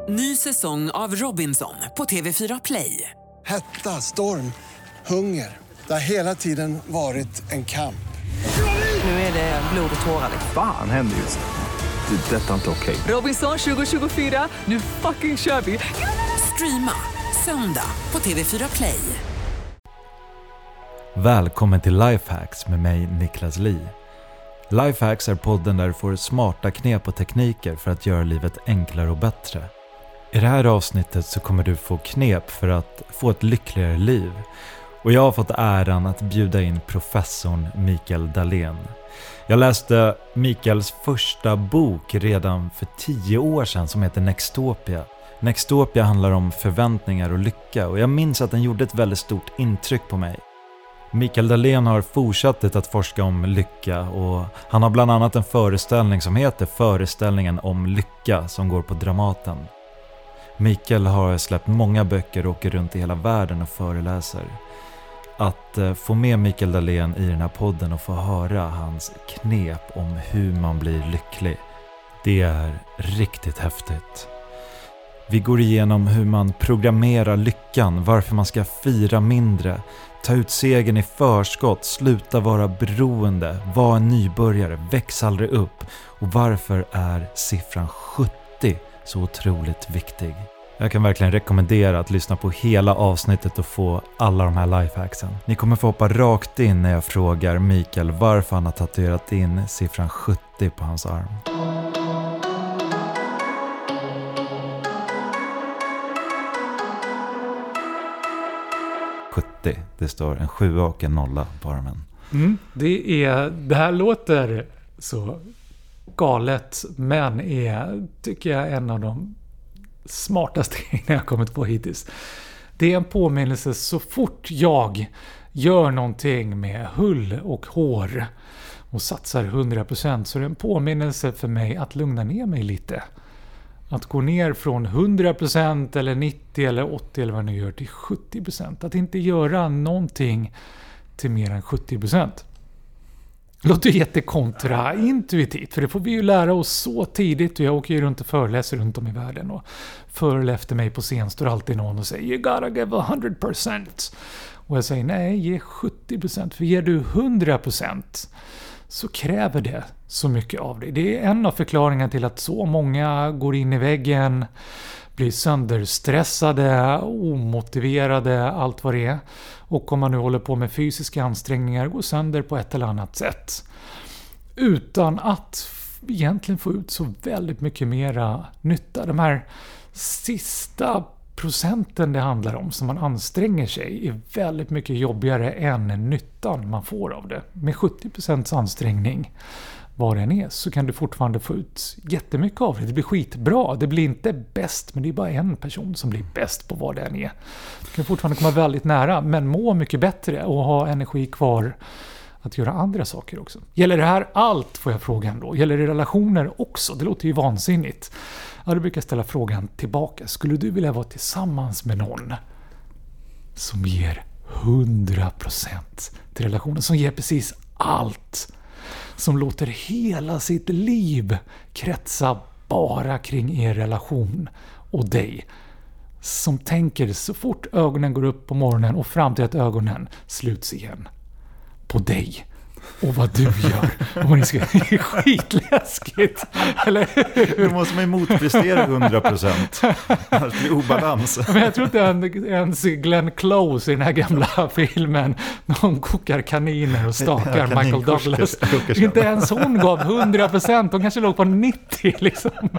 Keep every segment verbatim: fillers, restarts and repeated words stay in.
Ny säsong av Robinson på T V fyra Play. Hetta, storm, hunger. Det har hela tiden varit en kamp. Nu är det blod och tårar. Fan händer just det. Det är detta inte okej. Robinson tjugo tjugofyra, nu fucking kör vi. Streama söndag på T V fyra Play. Välkommen till Lifehacks med mig Niklas Li. Lifehacks är podden där du får smarta knep och tekniker för att göra livet enklare och bättre. I det här avsnittet så kommer du få knep för att få ett lyckligare liv. Och jag har fått äran att bjuda in professorn Mikael Dahlén. Jag läste Mikaels första bok redan för tio år sedan som heter Nextopia. Nextopia handlar om förväntningar och lycka och jag minns att den gjorde ett väldigt stort intryck på mig. Mikael Dahlén har fortsatt att forska om lycka och han har bland annat en föreställning som heter Föreställningen om lycka som går på Dramaten. Mikael har släppt många böcker och åker runt i hela världen och föreläser. Att få med Mikael Dahlén i den här podden och få höra hans knep om hur man blir lycklig, det är riktigt häftigt. Vi går igenom hur man programmerar lyckan, varför man ska fira mindre, ta ut segern i förskott, sluta vara beroende, vara en nybörjare, väx aldrig upp och varför är siffran sjuttio så otroligt viktig. Jag kan verkligen rekommendera att lyssna på hela avsnittet och få alla de här lifehacksen. Ni kommer få hoppa rakt in när jag frågar Mikael varför han har tatuerat in siffran sjuttio på hans arm. sjuttio, det står en sjua och en nolla på armen. Mm, det, är, det här låter så galet, men är, tycker jag, en av de smartaste grejerna jag kommit på hittills. Det är en påminnelse så fort jag gör någonting med hull och hår och satsar hundra procent, så är det en påminnelse för mig att lugna ner mig lite. Att gå ner från hundra procent eller nittio eller åttio eller vad nu gör till sjuttio procent. Att inte göra någonting till mer än sjuttio procent. Låter jättekontraintuitivt, för det får vi ju lära oss så tidigt. Och jag åker ju runt och föreläser runt om i världen. Och förr efter mig på scen står alltid någon och säger You gotta give one hundred percent. Och jag säger nej, ge sjuttio procent. För ger du hundra procent så kräver det så mycket av dig. Det är en av förklaringarna till att så många går in i väggen, blir sönderstressade, omotiverade, allt vad det är. Och om man nu håller på med fysiska ansträngningar, går sönder på ett eller annat sätt. Utan att egentligen få ut så väldigt mycket mera nytta. De här sista procenten det handlar om som man anstränger sig är väldigt mycket jobbigare än nyttan man får av det. Med sjuttio procent ansträngning vad den är så kan du fortfarande få ut jättemycket av det. Det blir skitbra. Det blir inte bäst, men det är bara en person som blir bäst på vad den är. Du kan fortfarande komma väldigt nära, men må mycket bättre och ha energi kvar att göra andra saker också. Gäller det här allt, får jag frågan då? Gäller det relationer också? Det låter ju vansinnigt. Ja, du brukar ställa frågan tillbaka. Skulle du vilja vara tillsammans med någon som ger hundra procent till relationen? Som ger precis allt. Som låter hela sitt liv kretsa bara kring er relation och dig. Som tänker så fort ögonen går upp på morgonen och fram till att ögonen sluts igen på dig och vad du gör. Och det är skitläskigt. Eller hur? Då måste man ju motprestera hundra procent. Det blir obalans. Men jag tror inte ens Glenn Close i den här gamla filmen, när hon kokar kaniner och stakar ja, Michael Douglas. Inte ens hon gav hundra procent. Hon kanske låg på nittio liksom.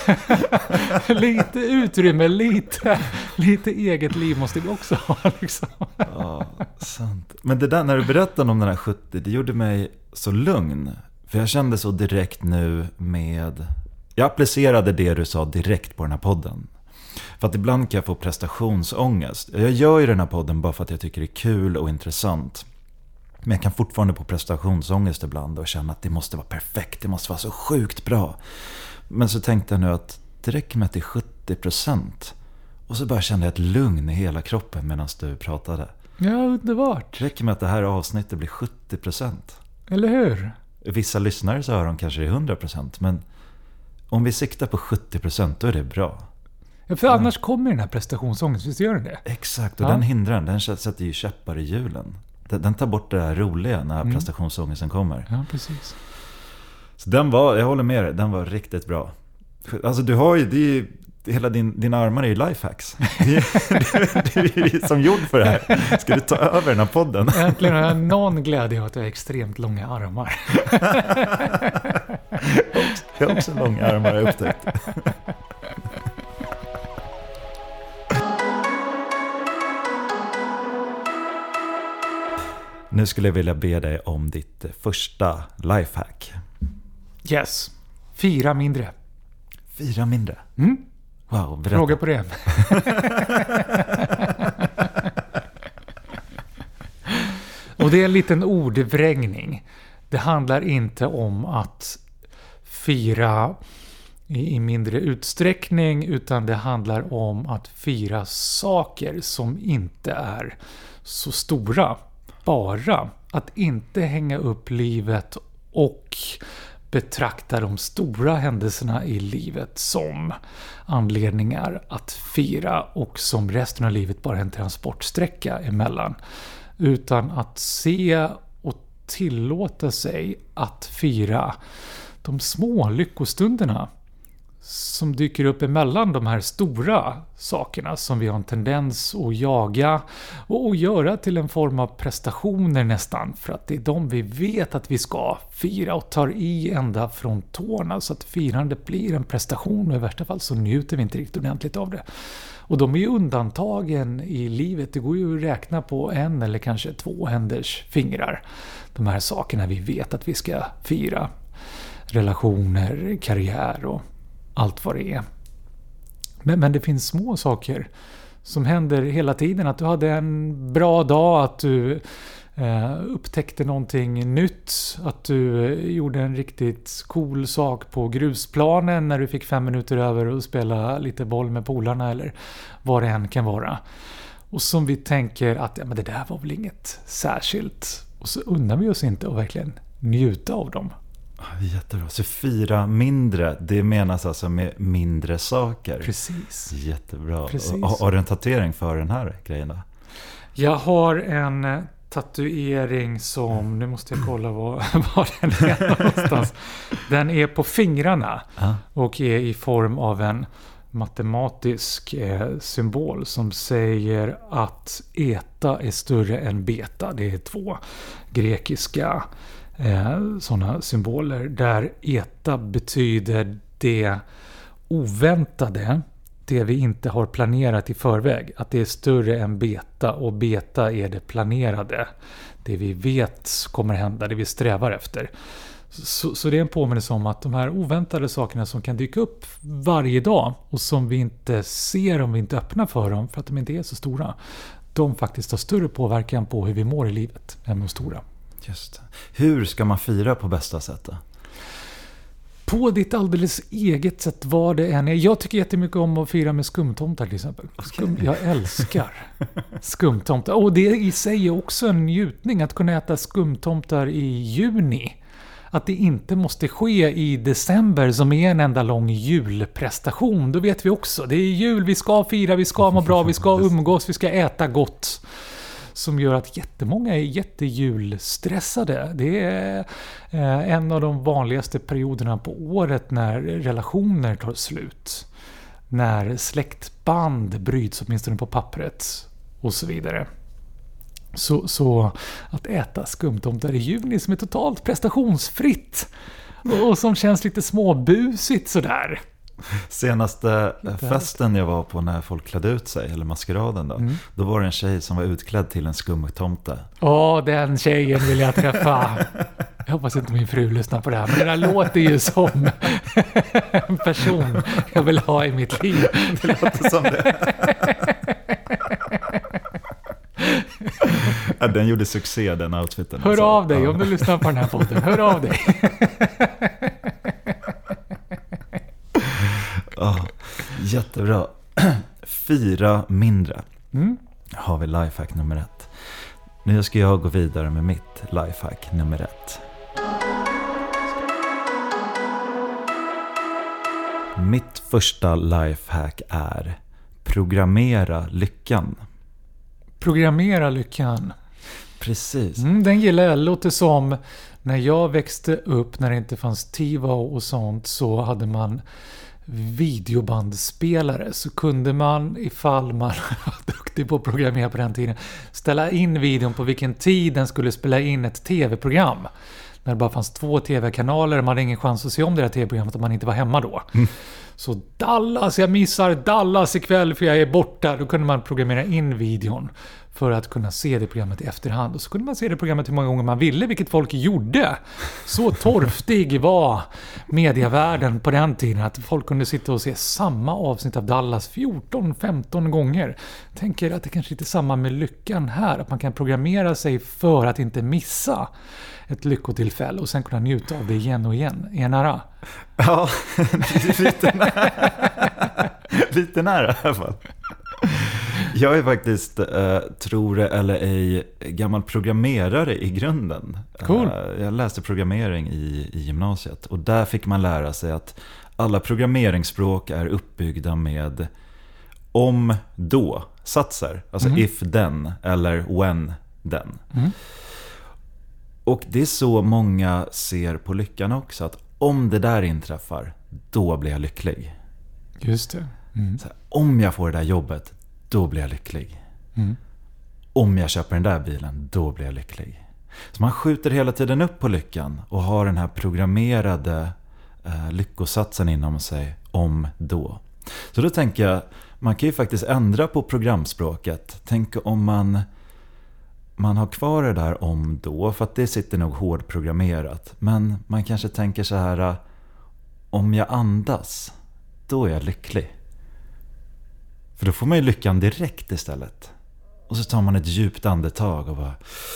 Lite utrymme, lite, lite eget liv måste vi också ha liksom. Ja, sant. Men det där, när du berättade om den här sjuttio, det gjorde mig så lugn. För jag kände så direkt nu med... Jag applicerade det du sa direkt på den här podden. För att ibland kan jag få prestationsångest. Jag gör ju den här podden bara för att jag tycker det är kul och intressant. Men jag kan fortfarande få prestationsångest ibland och känna att det måste vara perfekt. Det måste vara så sjukt bra. Men så tänkte jag nu att det räcker med att det är sjuttio procent. Och så bara kände jag ett lugn i hela kroppen medan du pratade. Ja, underbart. Det räcker med att det här avsnittet blir sjuttio procent. Eller hur? Vissa lyssnare så hör de kanske det är hundra procent. Men om vi siktar på sjuttio procent då är det bra. Ja, för annars kommer den här prestationsångesten, visst gör den det? Exakt, och Ja. den hindrar den. Den sätter ju käppar i hjulen. Den, den tar bort det här roliga när Mm. prestationsångesten kommer. Ja, precis. Så den var, jag håller med dig, den var riktigt bra. Alltså du har ju, det är ju, hela din, dina armar är ju lifehacks. Det är, det är ju som gjord för det här. Ska du ta över den här podden? Äntligen har jag någon glädje av att jag har extremt långa armar. Jag har också långa armar, jag har upptäckt. Nu skulle jag vilja be dig om ditt första lifehack. Yes. Fyra mindre. Fyra mindre. Mm? Wow, berätta. Fråga på det. Och det är en liten ordvrängning. Det handlar inte om att fira i, i mindre utsträckning, utan det handlar om att fira saker som inte är så stora. Bara att inte hänga upp livet och betrakta de stora händelserna i livet som anledningar att fira och som resten av livet bara en transportsträcka emellan. Utan att se och tillåta sig att fira de små lyckostunderna som dyker upp emellan de här stora sakerna som vi har en tendens att jaga och att göra till en form av prestationer nästan, för att det är de vi vet att vi ska fira och tar i ända från tårna, så att firandet blir en prestation och i värsta fall så njuter vi inte riktigt ordentligt av det. Och de är ju undantagen i livet. Det går ju att räkna på en eller kanske två händers fingrar. De här sakerna vi vet att vi ska fira. Relationer, karriär och allt vad det är. Men, men det finns små saker som händer hela tiden. Att du hade en bra dag, att du eh, upptäckte någonting nytt, att du eh, gjorde en riktigt cool sak på grusplanen när du fick fem minuter över och spela lite boll med polarna eller vad det än kan vara. Och som vi tänker att ja, men det där var väl inget särskilt. Och så undrar vi oss inte att verkligen njuta av dem. Jättebra. Så fyra mindre, det menas alltså med mindre saker. Precis. Jättebra. Precis. Och, har du en tatuering för den här grejen då? Jag har en tatuering som, nu måste jag kolla var, var den är någonstans. Den är på fingrarna Ah. och är i form av en matematisk eh, symbol som säger att eta är större än beta. Det är två grekiska eh, sådana symboler där eta betyder det oväntade, det vi inte har planerat i förväg, att det är större än beta, och beta är det planerade, det vi vet kommer hända, det vi strävar efter. Så, så det är en påminnelse om att de här oväntade sakerna som kan dyka upp varje dag och som vi inte ser om vi inte öppnar för dem för att de inte är så stora, de faktiskt har större påverkan på hur vi mår i livet än de stora. Just det. Hur ska man fira på bästa sätt då? På ditt alldeles eget sätt, vad det än är. Jag tycker jättemycket om att fira med skumtomtar till exempel. Skum, jag älskar skumtomtar. Och det i sig är också en njutning att kunna äta skumtomtar i juni. Att det inte måste ske i december som är en enda lång julprestation. Då vet vi också. Det är jul, vi ska fira, vi ska må bra, vi ska umgås, vi ska äta gott. Som gör att jättemånga är jättejulstressade. Det är en av de vanligaste perioderna på året när relationer tar slut. När släktband bryts, åtminstone på pappret och så vidare. Så, så att äta skumtomtar i juni som är totalt prestationsfritt och som känns lite småbusigt sådär. Senaste festen jag var på när folk klädde ut sig, eller maskeraden då, mm. då var det en tjej som var utklädd till en skumtomte. Åh, den tjejen vill jag träffa. Jag hoppas inte min fru lyssnar på det här, men det där låter ju som en person jag vill ha i mitt liv. Det låter som det. Ja, den gjorde succé, den outfiten. Hör alltså. av dig ja. om du lyssnar på den här podden. Hör av dig. Oh, jättebra. Fyra mindre. Mm. Har vi lifehack nummer ett. Nu ska jag gå vidare med mitt lifehack nummer ett. Mitt första lifehack är programmera lyckan. Programmera lyckan. Precis. Mm, den gillar jag. Låter som när jag växte upp, när det inte fanns T V O och sånt, så hade man videobandspelare. Så kunde man, ifall man var duktig på att programmera på den tiden, ställa in videon på vilken tid den skulle spela in ett tv-program. När det bara fanns två tv-kanaler, man hade ingen chans att se om det här tv-programmet om man inte var hemma då. Mm. Så Dallas, jag missar Dallas ikväll för jag är borta. Då kunde man programmera in videon för att kunna se det programmet i efterhand. Och så kunde man se det programmet hur många gånger man ville, vilket folk gjorde. Så torftig var medievärlden på den tiden att folk kunde sitta och se samma avsnitt av Dallas fjorton femton gånger. Jag tänker att det kanske inte är samma med lyckan här, att man kan programmera sig för att inte missa ett lyckotillfälle och sen kunna njuta av det igen och igen. Är nära? Ja, lite nära. Lite nära i alla fall. Jag är faktiskt, eh, tror det eller ej, gammal programmerare i grunden. Cool. Eh, jag läste programmering i, i gymnasiet och där fick man lära sig att alla programmeringsspråk är uppbyggda med om då satser. Alltså mm. if then eller when then. Mm. Och det är så många ser på lyckan också, att om det där inträffar, då blir jag lycklig. Just det. Mm. Så här, om jag får det där jobbet, då blir jag lycklig. Mm. Om jag köper den där bilen, då blir jag lycklig. Så man skjuter hela tiden upp på lyckan och har den här programmerade eh, lyckosatsen inom sig om då. Så då tänker jag, man kan ju faktiskt ändra på programspråket. Tänk om man, man har kvar det där om då, för att det sitter nog hårdprogrammerat. Men man kanske tänker så här, om jag andas, då är jag lycklig. För då får man ju lyckan direkt istället. Och så tar man ett djupt andetag och bara,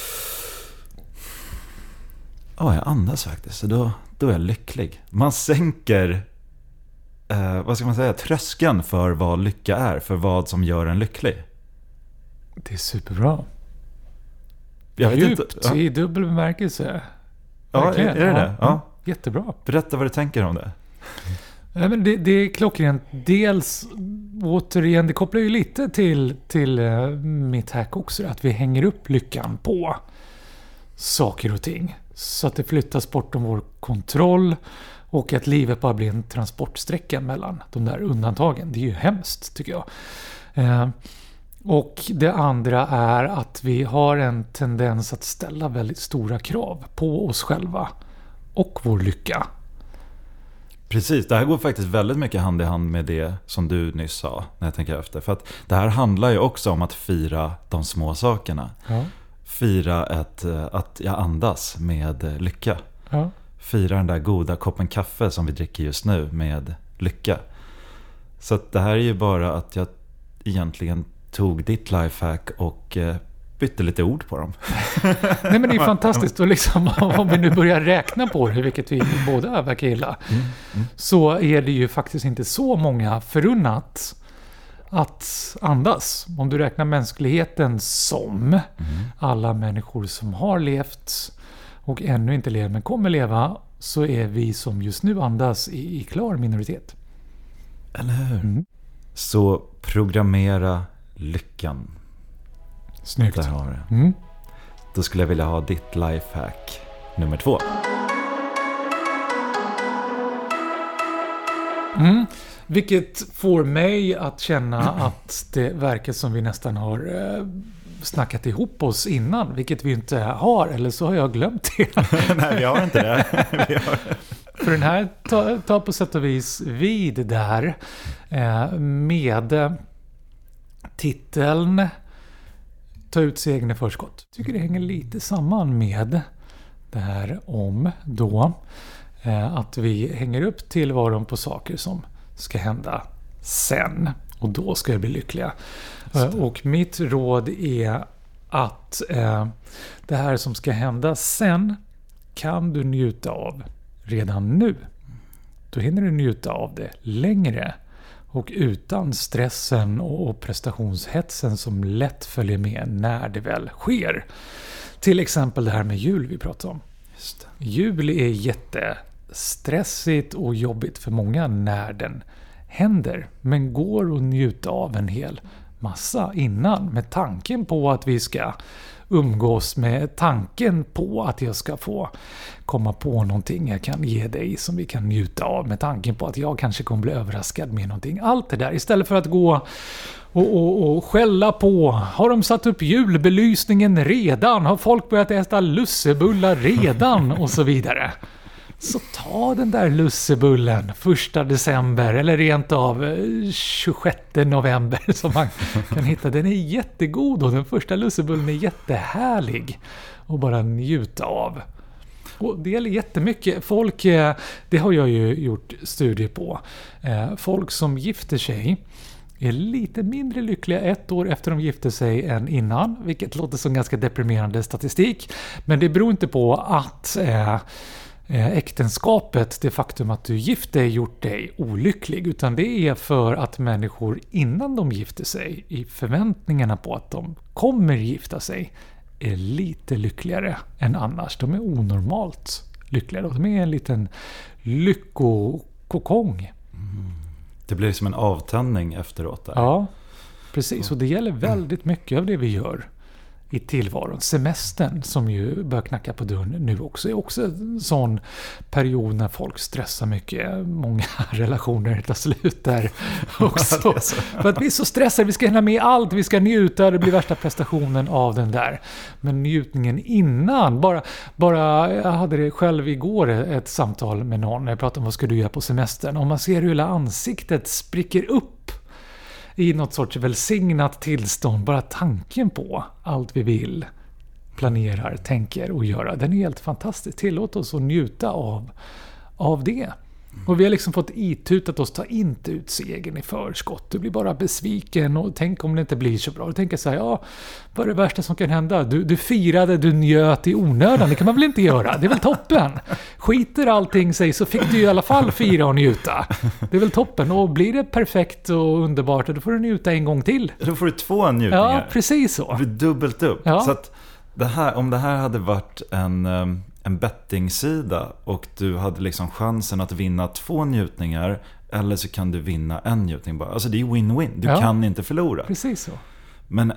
ja, jag andas faktiskt. Så då, då är jag lycklig. Man sänker, eh, vad ska man säga, tröskeln för vad lycka är. För vad som gör en lycklig. Det är superbra. Jag vet djupt, inte, ja. I dubbel bemärkelse. Ja, är, är det det? Ja. Ja. Jättebra. Berätta vad du tänker om det. Ja, men det, det är klockrent. Dels, återigen, det kopplar ju lite till, till uh, mitt hack också. Att vi hänger upp lyckan på saker och ting. Så att det flyttas bortom vår kontroll. Och att livet bara blir en transportsträcka mellan de där undantagen. Det är ju hemskt, tycker jag. Uh, och det andra är att vi har en tendens att ställa väldigt stora krav på oss själva och vår lycka. Precis, det här går faktiskt väldigt mycket hand i hand med det som du nyss sa när jag tänker efter. För att det här handlar ju också om att fira de små sakerna. Ja. Fira ett, att jag andas med lycka. Ja. Fira den där goda koppen kaffe som vi dricker just nu med lycka. Så att det här är ju bara att jag egentligen tog ditt lifehack och bytte lite ord på dem. Nej, men det är fantastiskt. Och liksom, om vi nu börjar räkna på det, vilket vi båda verkar gilla, mm, mm. så är det ju faktiskt inte så många förunnat att andas. Om du räknar mänskligheten som mm. alla människor som har levt och ännu inte lever men kommer leva, så är vi som just nu andas i, i klar minoritet. Eller hur? Mm. Så programmera lyckan. Snyggt. Där har det. Mm. Då skulle jag vilja ha ditt lifehack nummer två. Mm. Vilket får mig att känna att det verkar som vi nästan har eh, snackat ihop oss innan. Vilket vi inte har, eller så har jag glömt det. Nej, vi har inte det. Vi har... För den här tar ta på sätt och vis vid där eh, med titeln Ta ut sig egna förskott. Jag tycker det hänger lite samman med det här om då eh, att vi hänger upp tillvaron på saker som ska hända sen. Och då ska vi bli lyckliga. Eh, och mitt råd är att eh, det här som ska hända sen kan du njuta av redan nu. Då hinner du njuta av det längre. Och utan stressen och prestationshetsen som lätt följer med när det väl sker. Till exempel det här med jul vi pratar om. Just det. Jul är stressigt och jobbigt för många när den händer. Men går att njuta av en hel massa innan med tanken på att vi ska umgås, med tanken på att jag ska få komma på någonting jag kan ge dig som vi kan njuta av, med tanken på att jag kanske kommer bli överraskad med någonting. Allt det där istället för att gå och, och, och skälla på. Har de satt upp julbelysningen redan? Har folk börjat äta lussebullar redan? Och så vidare. Så ta den där lussebullen första december eller rent av tjugosjätte november som man kan hitta. Den är jättegod och den första lussebullen är jättehärlig och bara njuta av. Och det gäller jättemycket. Folk, det har jag ju gjort studier på. Folk som gifter sig är lite mindre lyckliga ett år efter de gifter sig än innan, vilket låter som ganska deprimerande statistik. Men det beror inte på att eh, äktenskapet, det faktum att du gifte dig, gjort dig olycklig, utan det är för att människor innan de gifter sig, i förväntningarna på att de kommer gifta sig, är lite lyckligare än annars. De är onormalt lyckligare. De är en liten lyckokokong. Mm. Det blir som en avtändning efteråt där. Ja, precis. Och det gäller väldigt mycket av det vi gör i tillvaron. Semestern som ju börjar knacka på dörren nu också är också en sån period när folk stressar mycket. Många relationer tar slut där också. För att vi är så stressade, vi ska hinna med allt, vi ska njuta, det blir värsta prestationen av den där. Men njutningen innan, bara, bara jag hade det själv igår ett samtal med någon när jag pratade om vad ska du göra på semestern. Om man ser hur hela ansiktet spricker upp i något sorts välsignat tillstånd, bara tanken på allt vi vill, planerar, tänker och göra, den är helt fantastisk. Tillåt oss att njuta av, av det. Och vi har liksom fått itutat oss, ta inte ut segern i förskott. Du blir bara besviken och tänk om det inte blir så bra. Du tänker så här, ja, vad är det värsta som kan hända? Du, du firade, du njöt i onödan. Det kan man väl inte göra? Det är väl toppen. Skiter allting sig så fick du i alla fall fira och njuta. Det är väl toppen. Och blir det perfekt och underbart, då får du njuta en gång till. Då får du två njutningar. Ja, precis så. Det blir dubbelt upp. Ja. Så att det här, om det här hade varit en... en bettingsida och du hade liksom chansen att vinna två njutningar, eller så kan du vinna en njutning bara. Alltså det är win-win. Du ja. kan inte förlora. Precis så. Men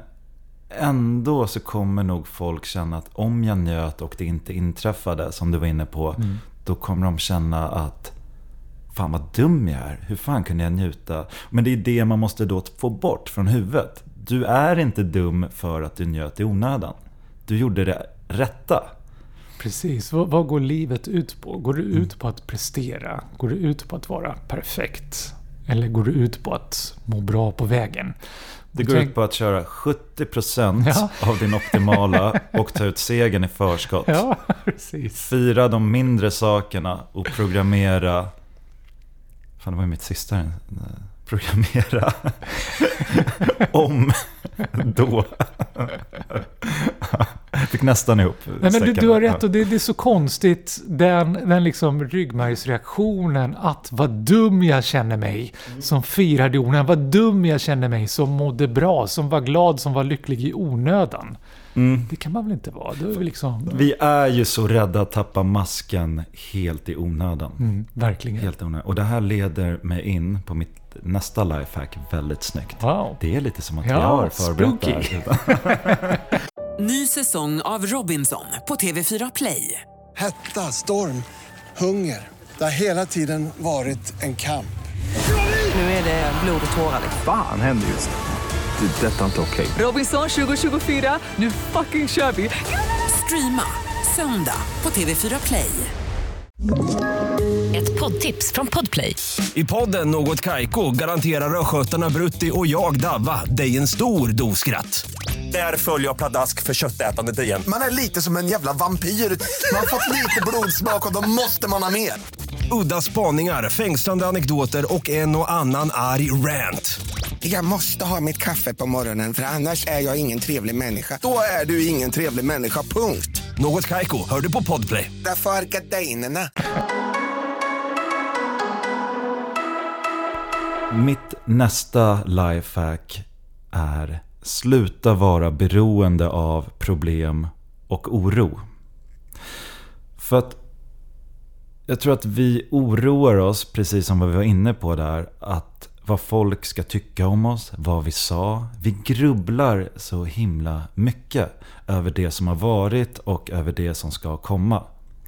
ändå så kommer nog folk känna att om jag njöt och det inte inträffade, som du var inne på, mm. då kommer de känna att fan vad dum jag är. Hur fan kunde jag njuta? Men det är det man måste då få bort från huvudet. Du är inte dum för att du njöt i onödan. Du gjorde det rätta. Precis. Vad, vad går livet ut på? Går det ut på att prestera? Går det ut på att vara perfekt? Eller går det ut på att må bra på vägen? Det går tänk... ut på att köra sjuttio procent ja. av din optimala och ta ut segern i förskott. Ja, precis. Fira de mindre sakerna och programmera... Fan, det var ju mitt sista. Programmera om då. Fick nästan ihop. Nej, men du, du har rätt, och det, det är så konstigt den, den liksom ryggmärgsreaktionen att vad dum jag känner mig mm. som firade i onödan, vad dum jag känner mig som mådde bra, som var glad, som var lycklig i onödan. Mm. Det kan man väl inte vara. Det är väl liksom... Vi är ju så rädda att tappa masken helt i onödan. Mm, verkligen. Helt onödan. Och det här leder mig in på mitt nästa lifehack väldigt snyggt. Wow. Det är lite som att ja, jag har förberett. Ny säsong av Robinson på T V fyra Play. Hetta, storm, hunger. Det har hela tiden varit en kamp. Nu är det blod och tårar. Fan händer just det. Det är detta inte okej. Robinson tjugo tjugofyra, nu fucking kör vi. Streama söndag på T V fyra Play. Ett poddtips från Podplay. I podden Något Kaiko garanterar röskötarna Brutti och jag Davva dig en stor doskratt. Där följer jag pladask för köttätandet igen. Man är lite som en jävla vampyr. Man har fått lite blodsmak och då måste man ha mer. Udda spaningar, fängslande anekdoter och en och annan arg rant. Jag måste ha mitt kaffe på morgonen för annars är jag ingen trevlig människa. Då är du ingen trevlig människa, punkt. Något Kaiko, hör du på Podplay. Därför är gardinerna. Mitt nästa lifehack är: sluta vara beroende av problem och oro. För att Jag tror att vi oroar oss, precis som vad vi var inne på där, att vad folk ska tycka om oss, vad vi sa. Vi grubblar så himla mycket över det som har varit och över det som ska komma.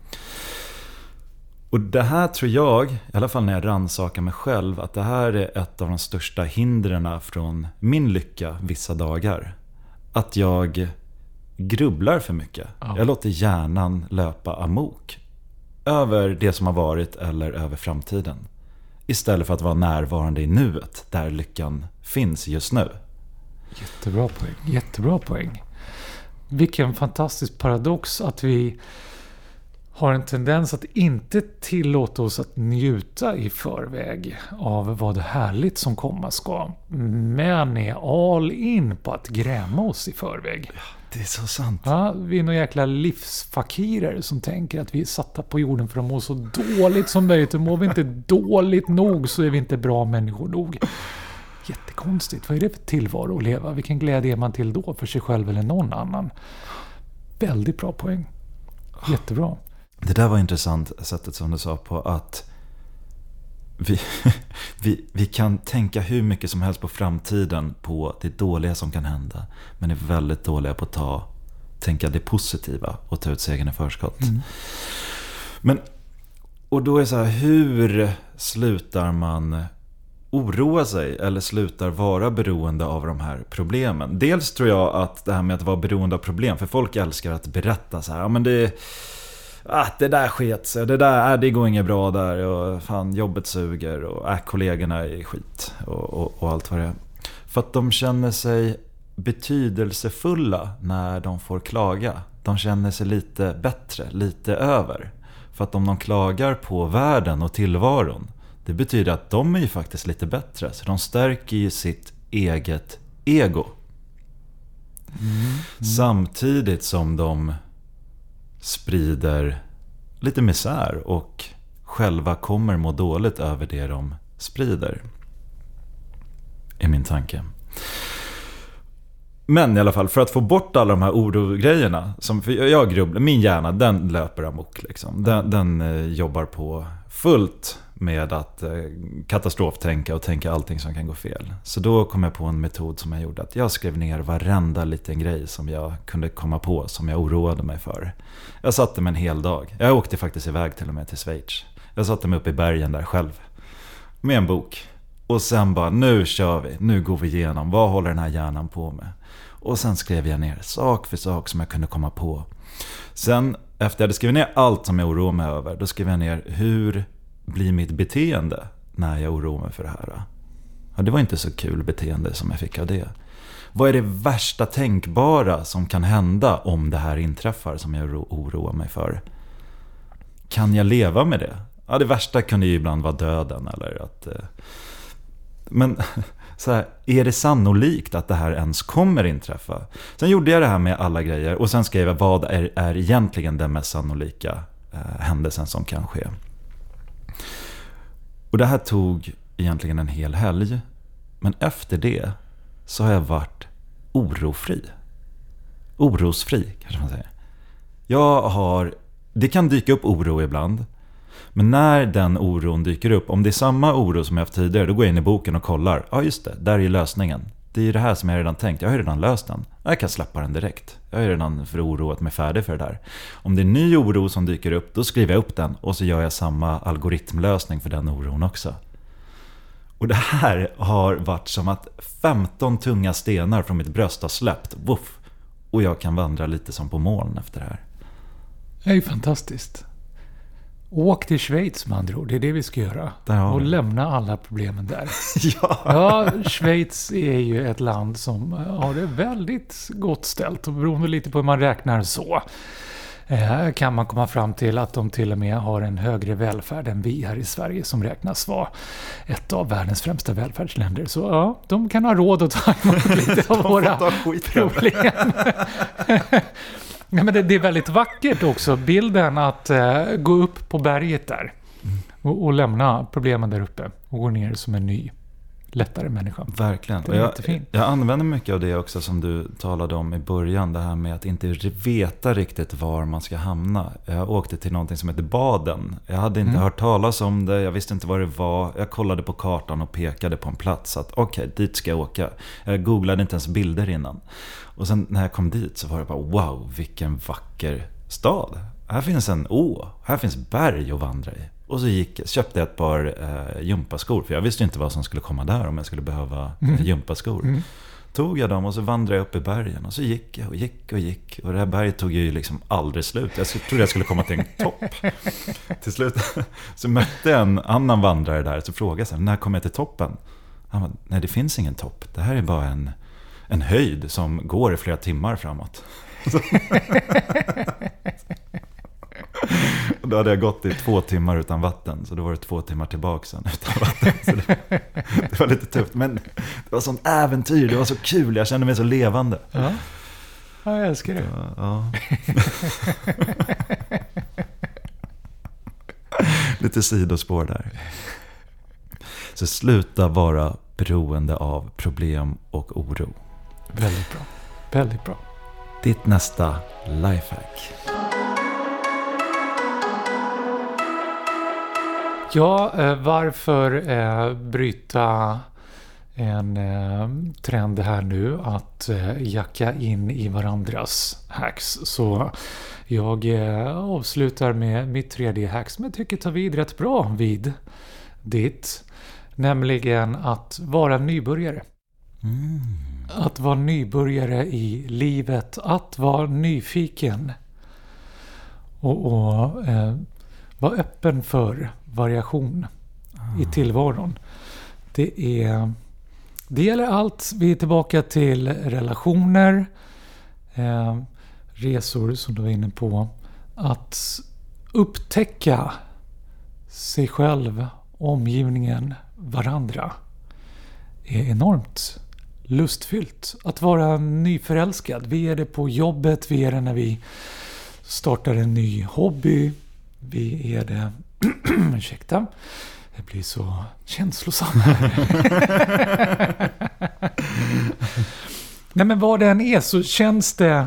Och det här tror jag, i alla fall när jag rannsakar mig själv, att det här är ett av de största hindren från min lycka vissa dagar. Att jag grubblar för mycket. Ja. Jag låter hjärnan löpa amok över det som har varit eller över framtiden. Istället för att vara närvarande i nuet, där lyckan finns just nu. Jättebra poäng, jättebra poäng. Vilken fantastisk paradox att vi har en tendens att inte tillåta oss att njuta i förväg av vad härligt som komma ska. Men är all in på att gräma oss i förväg. Ja, det är så sant. Ja, vi är några jäkla livsfakirer som tänker att vi är satta på jorden för att må så dåligt som möjligt. Och mår vi inte dåligt nog så är vi inte bra människor nog. Jättekonstigt. Vad är det för tillvaro att leva? Vilken glädje är man till då för sig själv eller någon annan? Väldigt bra poäng. Jättebra. Det där var intressant, sättet som du sa på att vi, vi, vi kan tänka hur mycket som helst på framtiden, på det dåliga som kan hända, men är väldigt dåliga på att ta, tänka det positiva och ta ut segern i förskott. Mm. Men, och då är det så här, hur slutar man oroa sig eller slutar vara beroende av de här problemen? Dels tror jag att det här med att vara beroende av problem, för folk älskar att berätta så här, ja men det Ah, det där sket sig, det där, ah, det går inget bra där och fan, jobbet suger och ah, kollegorna är skit och, och, och allt vad det är. För att de känner sig betydelsefulla när de får klaga. De känner sig lite bättre, lite över. För att om de klagar på världen och tillvaron, det betyder att de är ju faktiskt lite bättre. Så de stärker ju sitt eget ego. Mm. Mm. Samtidigt som de sprider lite misär och själva kommer må dåligt över det de sprider. Är min tanke. Men i alla fall, för att få bort alla de här orogrejerna som för jag grubblar, min hjärna den löper amok liksom. Den, den eh, jobbar på fullt med att eh, katastroftänka och tänka allting som kan gå fel. Så då kom jag på en metod som jag gjorde, att jag skrev ner varenda liten grej som jag kunde komma på som jag oroade mig för. Jag satte mig en hel dag. Jag åkte faktiskt iväg till och med till Schweiz. Jag satte mig upp i bergen där själv med en bok. Och sen bara, nu kör vi. Nu går vi igenom. Vad håller den här hjärnan på med? Och sen skrev jag ner sak för sak som jag kunde komma på. Sen, efter jag hade skrivit ner allt som jag oroar mig över, då skrev jag ner, hur blir mitt beteende när jag oroar mig för det här? Ja, det var inte så kul beteende som jag fick av det. Vad är det värsta tänkbara som kan hända om det här inträffar som jag oroar mig för? Kan jag leva med det? Ja, det värsta kunde ju ibland vara döden eller att... Men så här, är det sannolikt att det här ens kommer inträffa? Sen gjorde jag det här med alla grejer och sen skrev jag, vad är, är egentligen den mest sannolika eh, händelsen som kan ske? Och det här tog egentligen en hel helg. Men efter det så har jag varit orofri. Orosfri kanske man säger. Jag har, det kan dyka upp oro ibland. Men när den oron dyker upp, om det är samma oro som jag haft tidigare, då går jag in i boken och kollar. Ja just det, där är ju lösningen. Det är ju det här som jag redan tänkt. Jag har ju redan löst den. Jag kan släppa den direkt. Jag har ju redan för oroat mig färdig för det där. Om det är ny oro som dyker upp, då skriver jag upp den. Och så gör jag samma algoritmlösning för den oron också. Och det här har varit som att femton tunga stenar från mitt bröst har släppt. Wuff. Och jag kan vandra lite som på moln efter det här. Det är ju fantastiskt. Åk till Schweiz med andra ord, det är det vi ska göra. Och lämna alla problemen där. ja. ja, Schweiz är ju ett land som har det väldigt gott ställt. Och beroende lite på hur man räknar så eh, kan man komma fram till att de till och med har en högre välfärd än vi här i Sverige som räknas vara ett av världens främsta välfärdsländer. Så ja, de kan ha råd att ta emot lite av våra problem. Ja, men det, det är väldigt vackert också, bilden att eh, gå upp på berget där och, och lämna problemen där uppe och gå ner som en ny lättare människa. Verkligen. Det är jag, jättefint. jag använder mycket av det också som du talade om i början. Det här med att inte veta riktigt var man ska hamna. Jag åkte till någonting som heter Baden. Jag hade inte mm. hört talas om det. Jag visste inte vad det var. Jag kollade på kartan och pekade på en plats. Att okej, okay, dit ska jag åka. Jag googlade inte ens bilder innan. Och sen när jag kom dit så var det bara wow, vilken vacker stad. Här finns en å. Här finns berg att vandra i. Och så gick, köpte jag ett par eh, gympaskor. För jag visste inte vad som skulle komma där om jag skulle behöva mm. gympaskor. Mm. Tog jag dem och så vandrade jag upp i bergen. Och så gick jag och gick och gick. Och det här berget tog ju liksom aldrig slut. Jag trodde jag skulle komma till en topp. Till slut så mötte jag en annan vandrare där. Så frågade jag, när kommer jag till toppen? Han bara, nej det finns ingen topp. Det här är bara en, en höjd som går i flera timmar framåt. Och då hade jag gått i två timmar utan vatten. Så då var det två timmar tillbaka sen utan vatten. Så det, det var lite tufft. Men det var sånt äventyr. Det var så kul. Jag kände mig så levande. Ja, ja jag älskar det. Så, ja. Lite sidospår där. Så sluta vara beroende av problem och oro. Väldigt bra. Väldigt bra. Ditt nästa lifehack. Ja, varför eh, bryta en eh, trend här nu att eh, jacka in i varandras hacks? Så jag eh, avslutar med mitt tredje hack som jag tycker tar vid rätt bra vid ditt. Nämligen att vara nybörjare. Mm. Att vara nybörjare i livet. Att vara nyfiken. Och, och eh, vara öppen för variation ah. i tillvaron. Det är det gäller allt. Vi är tillbaka till relationer, eh, resor som du var inne på. Att upptäcka sig själv, omgivningen, varandra är enormt lustfyllt. Att vara nyförälskad. Vi är det på jobbet, vi är det när vi startar en ny hobby. Vi är det... Ursäkta. Det blir så känslosamt här. Nej, men vad det än är så känns det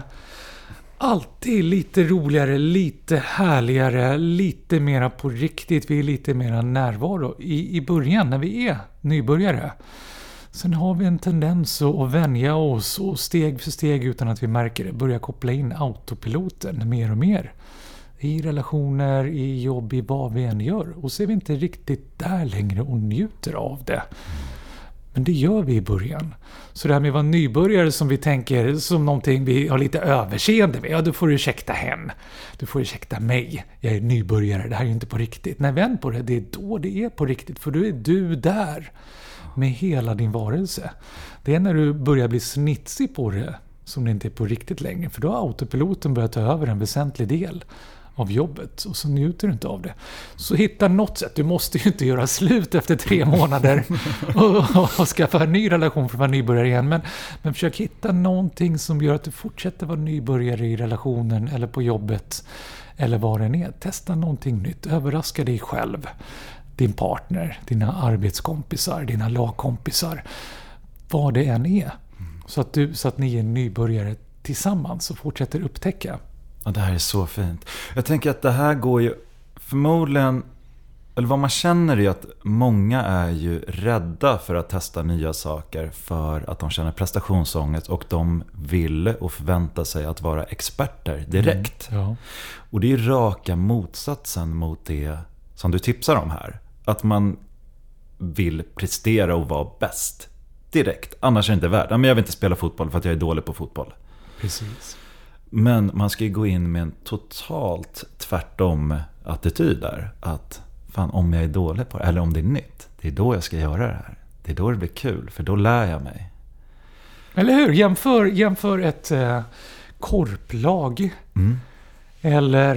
alltid lite roligare, lite härligare, lite mera på riktigt. Vi är lite mera närvaro i, i början när vi är nybörjare. Sen har vi en tendens att vänja oss och steg för steg utan att vi märker det börja koppla in autopiloten mer och mer. I relationer, i jobb, i vad vi än gör. Och så är vi inte riktigt där längre och njuter av det. Men det gör vi i början. Så det här med att vara nybörjare som vi tänker som någonting vi har lite överseende med. Ja, då får du ursäkta hen. Du får ursäkta mig. Jag är nybörjare, det här är inte på riktigt. Nej, vänd på det. Det är då det är på riktigt. För då är du där med hela din varelse. Det är när du börjar bli snitsig på det som det inte är på riktigt längre. För då har autopiloten börjat ta över en väsentlig del av jobbet och så njuter du inte av det. Så hitta något sätt. Du måste ju inte göra slut efter tre månader och, och, och skaffa en ny relation för att vara nybörjare igen. Men, men försök hitta någonting som gör att du fortsätter vara nybörjare i relationen eller på jobbet eller vad det är. Testa någonting nytt. Överraska dig själv, din partner, dina arbetskompisar, dina lagkompisar. Vad det än är. Så att, du, så att ni är nybörjare tillsammans och fortsätter upptäcka. Ja, det här är så fint. Jag tänker att det här går ju förmodligen, eller vad man känner är att många är ju rädda för att testa nya saker för att de känner prestationsångest och de vill och förväntar sig att vara experter direkt. Mm, ja. Och det är raka motsatsen mot det som du tipsar om här. Att man vill prestera och vara bäst direkt. Annars är det inte värt. Men jag vill inte spela fotboll för att jag är dålig på fotboll. Precis. Men man ska ju gå in med en totalt tvärtom attityd där. Att fan, om jag är dålig på det, eller om det är nytt, det är då jag ska göra det här. Det är då det blir kul, för då lär jag mig. Eller hur? Jämför, jämför ett eh, korplag mm. eller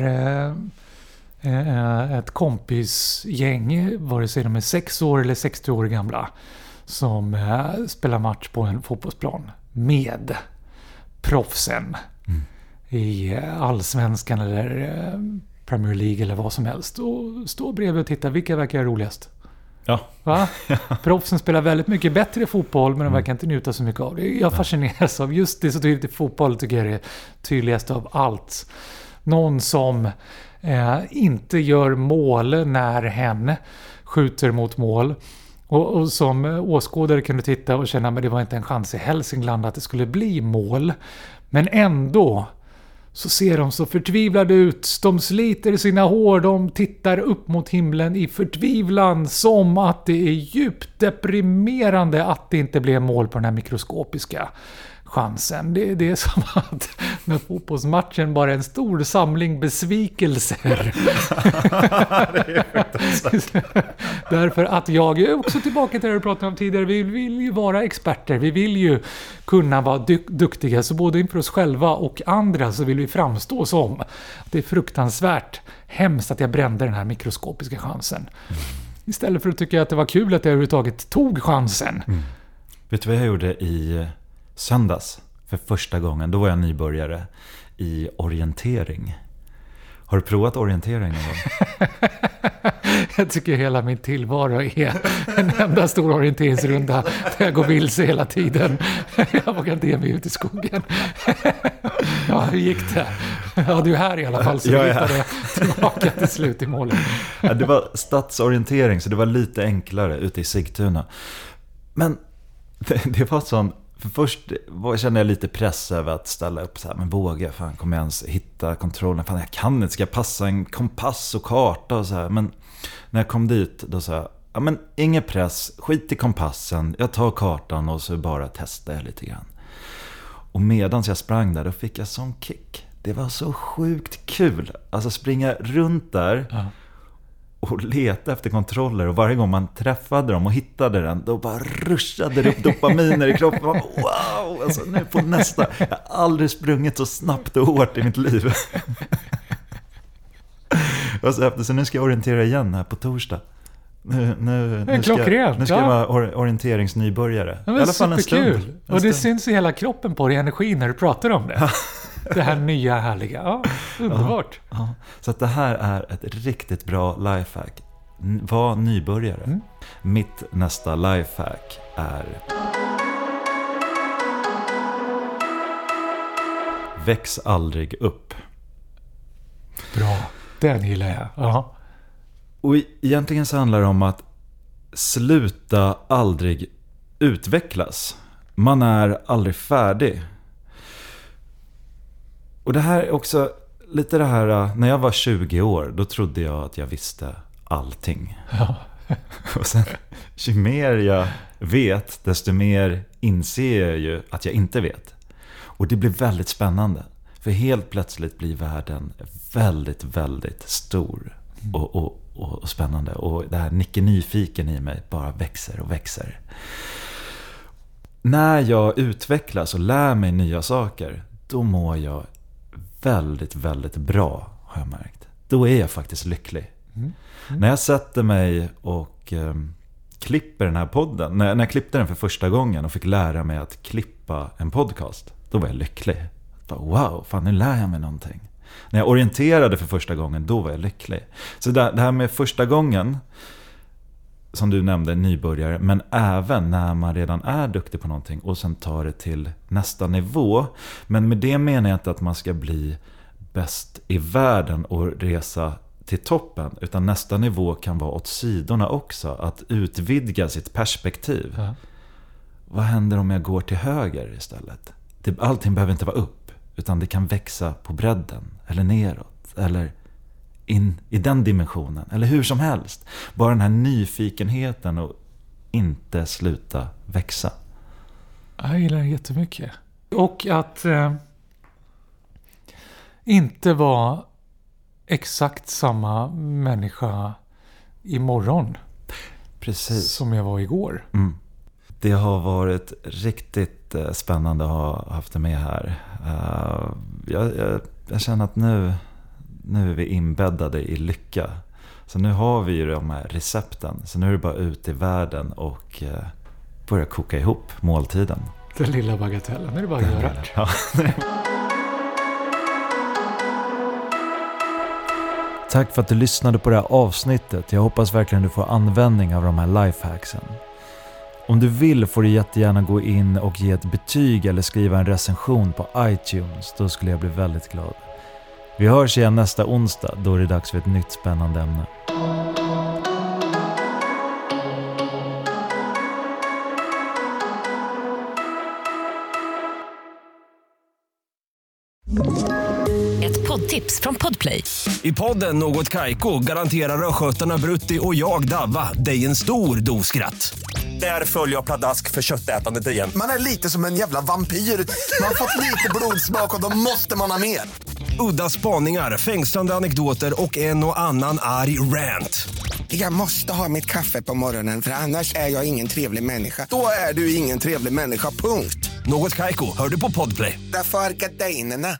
eh, ett kompisgäng, vare sig de är sex år eller sextio år gamla, som eh, spelar match på en fotbollsplan med proffsen mm. i allsvenskan eller Premier League eller vad som helst, och stå bredvid och titta vilka verkar roligast. Ja. Va? Proffsen spelar väldigt mycket bättre fotboll, men de verkar inte njuta så mycket av det. Jag fascineras av just det så tydligt i fotboll, tycker jag är det tydligaste av allt. Någon som eh, inte gör mål när hen skjuter mot mål. Och, och som åskådare kan du titta och känna att det var inte en chans i Hälsingland att det skulle bli mål. Men ändå så ser de så förtvivlade ut. De sliter sina hår, de tittar upp mot himlen i förtvivlan, som att det är djupt deprimerande att det inte blev mål på den här mikroskopiska chansen. Det, det är som att när fotbollsmatchen bara är en stor samling besvikelser. Därför att jag är också tillbaka till det du pratade om tidigare. Vi vill ju vara experter. Vi vill ju kunna vara du- duktiga. Så både inför oss själva och andra så vill vi framstå som. Det är fruktansvärt hemskt att jag brände den här mikroskopiska chansen. Mm. Istället för att tycka att det var kul att jag överhuvudtaget tog chansen. Mm. Vet du vad jag gjorde i söndags för första gången? Då var jag nybörjare i orientering. Har du provat orientering någon gång? Jag tycker hela min tillvaro är en enda stor orienteringsrunda där jag går vilse hela tiden. Jag vågar inte ge mig ut i skogen. Ja, hur gick det? Ja, du är här i alla fall, så jag hittade tillbaka till slut i målet. Ja, det var stadsorientering, så det var lite enklare ute i Sigtuna. Men det, det var sån. För först var, kände jag lite press över att ställa upp så här, men våga, fan, kommer jag ens hitta kontrollen? Fan, jag kan inte, ska jag passa en kompass och karta och så här. Men när jag kom dit, då sa jag, ja men ingen press, skit i kompassen, jag tar kartan och så bara testar jag lite grann. Och medan jag sprang där, då fick jag sån kick. Det var så sjukt kul. Alltså springa runt där. Ja. Och leta efter kontroller, och varje gång man träffade dem och hittade den, då bara ruschade det upp dopaminer i kroppen. Wow, alltså nu på nästa. Jag har aldrig sprungit så snabbt och hårt i mitt liv. Alltså, efter, så nu ska jag orientera igen här på torsdag. Nu, nu, nu, ska, nu ska jag vara or- orienteringsnybörjare. I alla fall en stund. En stund. Och det syns i hela kroppen på dig, energi, när du pratar om det. Det här nya härliga. Ja, underbart. Ja, ja. Så att det här är ett riktigt bra lifehack. Var nybörjare. Mm. Mitt nästa lifehack är: väx aldrig upp. Bra, den gillar jag. Ja. Och egentligen så handlar det om att sluta aldrig utvecklas. Man är aldrig färdig. Och det här är också lite det här, när jag var tjugo år, då trodde jag att jag visste allting. Ja. Och sen, ju mer jag vet, desto mer inser jag ju att jag inte vet. Och det blir väldigt spännande. För helt plötsligt blir världen väldigt, väldigt stor och, och, och, och spännande. Och det här Nicke Nyfiken i mig bara växer och växer. När jag utvecklas och lär mig nya saker, då mår jag väldigt, väldigt bra, har jag märkt. Då är jag faktiskt lycklig. Mm. Mm. När jag sätter mig och eh, klipper den här podden, när, när jag klippte den för första gången och fick lära mig att klippa en podcast, då var jag lycklig. Bara, wow, fan, nu lär jag mig någonting. När jag orienterade för första gången, då var jag lycklig. Så det, det här med första gången, som du nämnde, nybörjare, men även när man redan är duktig på någonting och sen tar det till nästa nivå. Men med det menar jag inte att man ska bli bäst i världen och resa till toppen, utan nästa nivå kan vara åt sidorna också, att utvidga sitt perspektiv. Ja. Vad händer om jag går till höger istället? Det, allting behöver inte vara upp, utan det kan växa på bredden eller neråt eller in i den dimensionen, eller hur som helst. Bara den här nyfikenheten och inte sluta växa. Jag gillar det jättemycket. Och att eh, inte vara exakt samma människa imorgon. Precis. Som jag var igår. Mm. Det har varit riktigt eh, spännande att ha haft det med här. Uh, jag, jag, jag känner att nu Nu är vi inbäddade i lycka. Så nu har vi ju de här recepten. Så nu är det bara ut i världen och eh, börja koka ihop måltiden. Den lilla bagatellen, nu är det bara att göra. Ja. Tack för att du lyssnade på det här avsnittet. Jag hoppas verkligen du får användning av de här lifehacksen. Om du vill får du jättegärna gå in och ge ett betyg eller skriva en recension på iTunes. Då skulle jag bli väldigt glad. Vi hörs igen nästa onsdag. Då är det dags för ett nytt spännande ämne. Ett poddtips från Podplay. I podden Något Kaiko garanterar röskötarna Brutti och jag Davva dig en stor dos skratt. Där följer jag pladask för köttätandet igen. Man är lite som en jävla vampyr. Man har fått lite blodsmak och då måste man ha mer. Udda spaningar, fängslande anekdoter och en och annan arg rant. Jag måste ha mitt kaffe på morgonen för annars är jag ingen trevlig människa. Då är du ingen trevlig människa, punkt. Något Kaiko, hör du på Podplay. Därför är gardinerna.